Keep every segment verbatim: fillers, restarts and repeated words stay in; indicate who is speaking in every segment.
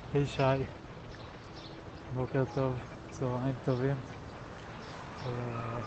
Speaker 1: היי שי, בוקר טוב, צהריים טובים. אה,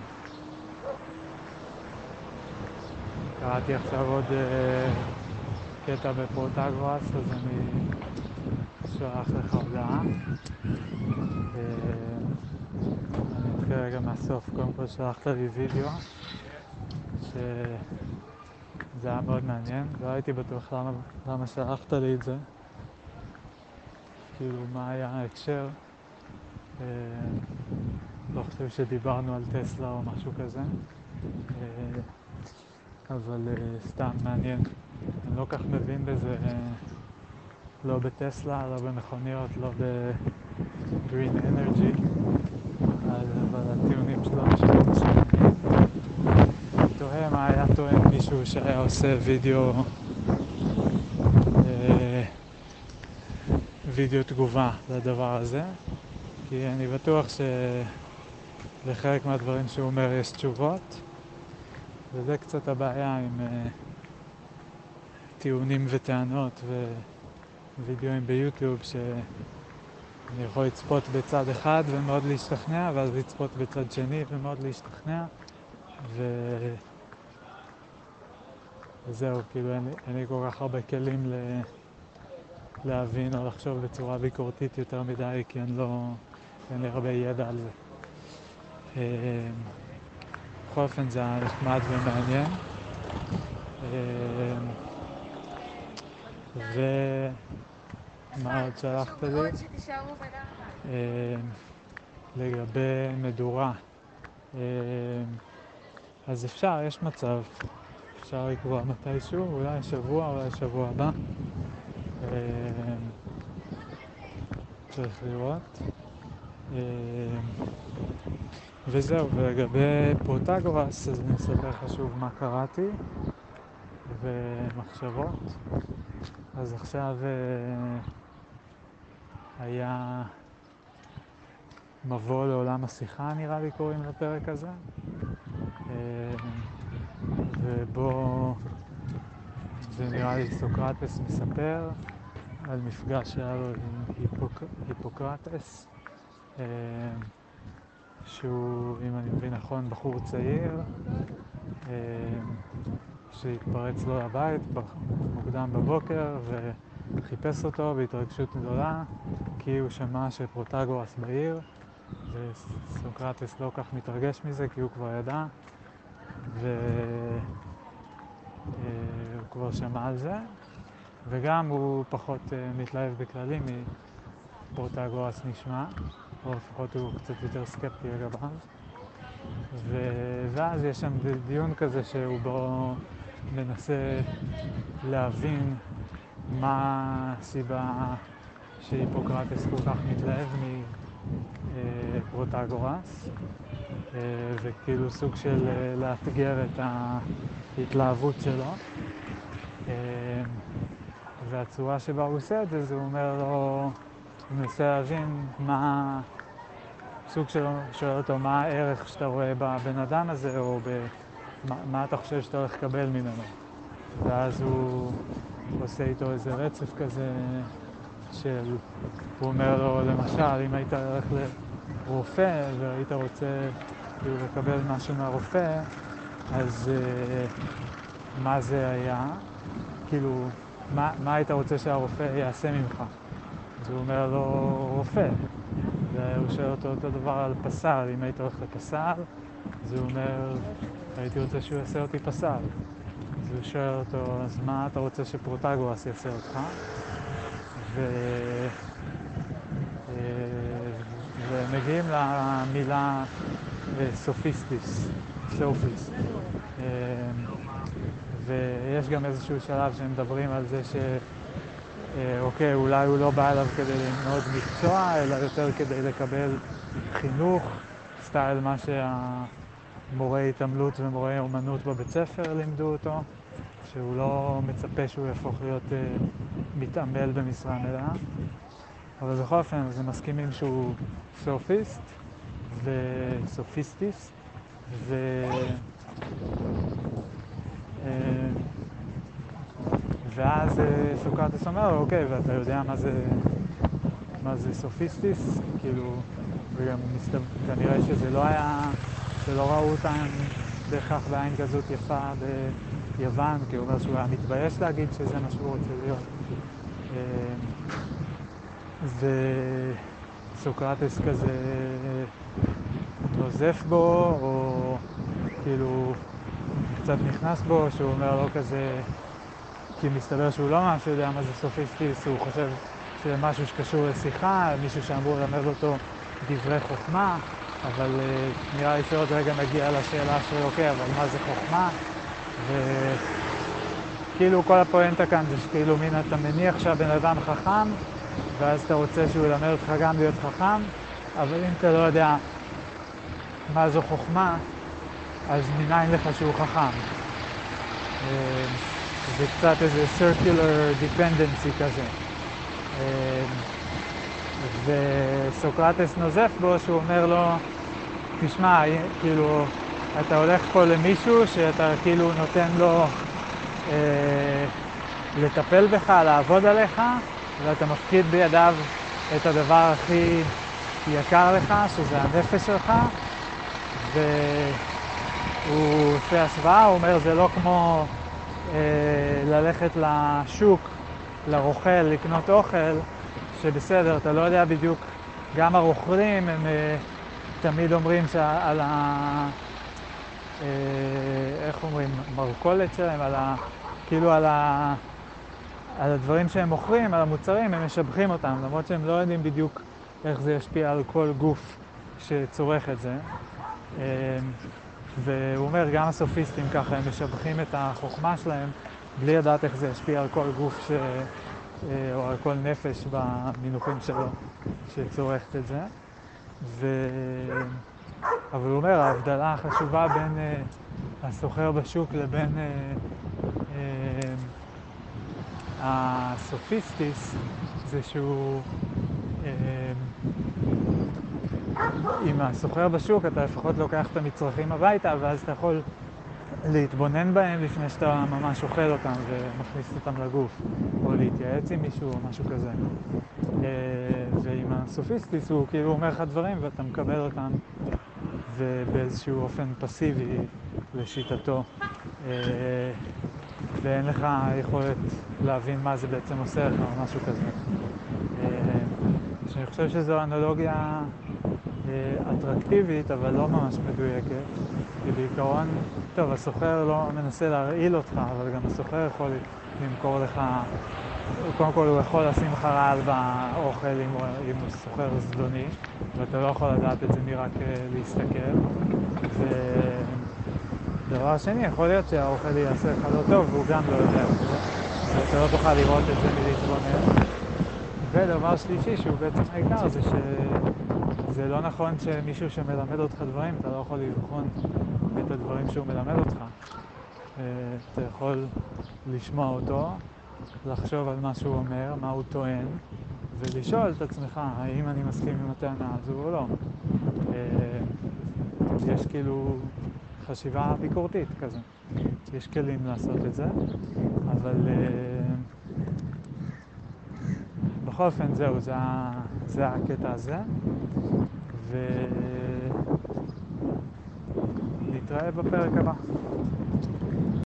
Speaker 1: קראתי עכשיו עוד אה, קטע בפרוטגורס, אז אני אשלח לך הודעה. אה, אני אתחיל רגע מהסוף. קודם כל שלחת לי וידאו, שזה היה מאוד מעניין. לא הייתי בטוח למה, למה שלחת לי את זה. כאילו, מה היה ההקשר. אה, לא חושב שדיברנו על טסלה או משהו כזה. אה, אבל uh, סתם מעניין. אני לא כך מבין בזה, uh, לא בטסלה, לא במכוניות, לא ב-green energy, אז, אבל הטיעונים שלו נשמעים משמעותיים. אני תוהה מה היה טוען מישהו שהיה עושה וידאו, uh, וידאו תגובה לדבר הזה, כי אני בטוח שלחלק מהדברים שהוא אומר יש תשובות, וזה קצת הבעיה עם uh, טיעונים וטענות ווידאוים ביוטיוב, שאני יכול לצפות בצד אחד ומאוד להשתכנע, ואז לצפות בצד שני ומאוד להשתכנע, ו... וזהו, כאילו אין, אין לי כל כך הרבה כלים ל... להבין או לחשוב בצורה ביקורתית יותר מדי, כי אין, לא... אין לי הרבה ידע על זה. בכל אופן זה היה נחמד ומעניין. ומה עוד שלחת לי? לגבי מדורה. אז אפשר, יש מצב. אפשר לקבוע מתישהו, אולי שבוע, אולי שבוע הבא. צריך לראות. וזהו, ולגבי פרוטגורס, אז אני אספר לך שוב מה קראתי ומחשבות. אז עכשיו היה מבוא לעולם השיחה, נראה לי קוראים לפרק הזה, ובו זה נראה לי סוקרטס מספר על מפגש שהיה לו עם היפוק... היפוקרטס, שהוא, אם אני מבין נכון, בחור צעיר שהתפרץ לו לבית מוקדם בבוקר וחיפש אותו בהתרגשות גדולה, כי הוא שמע שפרוטגורס בעיר, וסוקרטס לא כך מתרגש מזה כי הוא כבר ידע והוא כבר שמע על זה, וגם הוא פחות uh, מתלהב בכללי מפרוטגורס נשמע, או לפחות הוא קצת יותר סקפטי לגביו. ו- ואז יש שם דיון כזה שהוא בו מנסה להבין מה הסיבה שהיפוקרטס כל כך מתלהב מפרוטגורס, וכאילו סוג של לאתגר את ההתלהבות שלו. והצורה שבה הוא עושה את זה, זה הוא אומר לו, הוא מנסה להבין מה, סוג שלו, שואל אותו מה הערך שאתה רואה בבן אדם הזה, או במה, מה אתה חושב שאתה הולך לקבל ממנו. ואז הוא עושה איתו איזה רצף כזה של, הוא אומר לו, למשל, אם היית הולך לרופא והיית רוצה כאילו לקבל משהו מהרופא, אז uh, מה זה היה? כאילו, מה, מה היית רוצה שהרופא יעשה ממך? אז הוא אומר לו, רופא. והוא שואל אותו אותו דבר על פסל, אם היית הולך לפסל, אז הוא אומר, הייתי רוצה שהוא יעשה אותי פסל. אז הוא שואל אותו, אז מה אתה רוצה שפרוטגורס יעשה אותך? ו... ומגיעים למילה סופיסטיס, סופיסט. ויש גם איזשהו שלב שהם מדברים על זה ש... אוקיי, אולי הוא לא בא אליו כדי ללמוד מקצוע, אלא יותר כדי לקבל חינוך, סטייל מה שהמורי התעמלות ומורי אומנות בבית ספר לימדו אותו, שהוא לא מצפה שהוא יהפוך להיות uh, מתעמל במשרה מלאה. אבל בכל אופן, אז הם מסכימים שהוא סופיסט וסופיסטיסט, ו... Uh, ואז סוקרטס אומר לו, אוקיי, ואתה יודע מה זה מה זה סופיסטיס, כאילו, וגם מסתבר, כנראה שזה לא היה, שלא ראו אותם בהכרח בעין כזאת יפה ביוון, כי הוא אומר שהוא היה מתבייש להגיד שזה מה שהוא רוצה להיות. וסוקרטס כזה נוזף בו, או כאילו קצת נכנס בו, שהוא אומר לו כזה, כי מסתבר שהוא לא ממש יודע מה זה סופיסטיס, הוא חושב שזה משהו שקשור לשיחה, מישהו שאמור ללמד אותו דברי חוכמה, אבל uh, נראה לי שעוד רגע נגיע לשאלה של אוקיי, אבל מה זה חוכמה? וכאילו כל הפואנטה כאן זה שכאילו מין אתה מניח שהבן אדם חכם, ואז אתה רוצה שהוא ילמד אותך גם להיות חכם, אבל אם אתה לא יודע מה זו חוכמה, אז מניין לך שהוא חכם. זה קצת איזה circular dependency כזה. וסוקרטס נוזף בו שהוא אומר לו, תשמע, כאילו, אתה הולך פה למישהו שאתה כאילו נותן לו אה, לטפל בך, לעבוד עליך, ואתה מפקיד בידיו את הדבר הכי יקר לך, שזה הנפש שלך, והוא עושה השוואה, הוא אומר, זה לא כמו אה, ללכת לשוק, לרוכל, לקנות אוכל, שבסדר, אתה לא יודע בדיוק, גם הרוכלים הם אה, תמיד אומרים שעל ה... אה, איך אומרים, מרכולת שלהם, על ה... כאילו על ה... על הדברים שהם מוכרים, על המוצרים, הם משבחים אותם, למרות שהם לא יודעים בדיוק איך זה ישפיע על כל גוף שצורך את זה. אה, והוא אומר, גם הסופיסטים ככה, הם משבחים את החוכמה שלהם, בלי לדעת איך זה ישפיע על כל גוף ש... או על כל נפש במינוחים שלו שצורכת את זה. ו... אבל הוא אומר, ההבדלה החשובה בין uh, הסוחר בשוק לבין uh, uh, הסופיסטיס, זה שהוא... Uh, עם הסוחר בשוק אתה לפחות לוקח את המצרכים הביתה, ואז אתה יכול להתבונן בהם לפני שאתה ממש אוכל אותם ומכניס אותם לגוף, או להתייעץ עם מישהו או משהו כזה. ועם הסופיסטיס הוא כאילו אומר לך דברים ואתה מקבל אותם ובאיזשהו אופן פסיבי לשיטתו, ואין לך יכולת להבין מה זה בעצם עושה לך או משהו כזה. שאני חושב שזו אנלוגיה אטרקטיבית, אבל לא ממש מדויקת. כי בעיקרון, טוב, הסוחר לא מנסה להרעיל אותך, אבל גם הסוחר יכול למכור לך, קודם כל הוא יכול לשים לך רעל באוכל אם הוא, אם הוא סוחר זדוני, ואתה לא יכול לדעת את זה מרק להסתכל. ודבר שני, יכול להיות שהאוכל יעשה לך לא טוב, והוא גם לא יודע את זה, ואתה לא תוכל לראות את זה מלהתבונן. ודבר שלישי, שהוא בעצם העיקר, זה שזה לא נכון שמישהו שמלמד אותך דברים, אתה לא יכול לבחון את הדברים שהוא מלמד אותך. אתה יכול לשמוע אותו, לחשוב על מה שהוא אומר, מה הוא טוען, ולשאול את עצמך, האם אני מסכים עם הטענה הזו או לא. יש כאילו חשיבה ביקורתית כזה. יש כלים לעשות את זה, אבל בכל אופן זהו, זה, זה הקטע הזה. ונתראה בפרק הבא.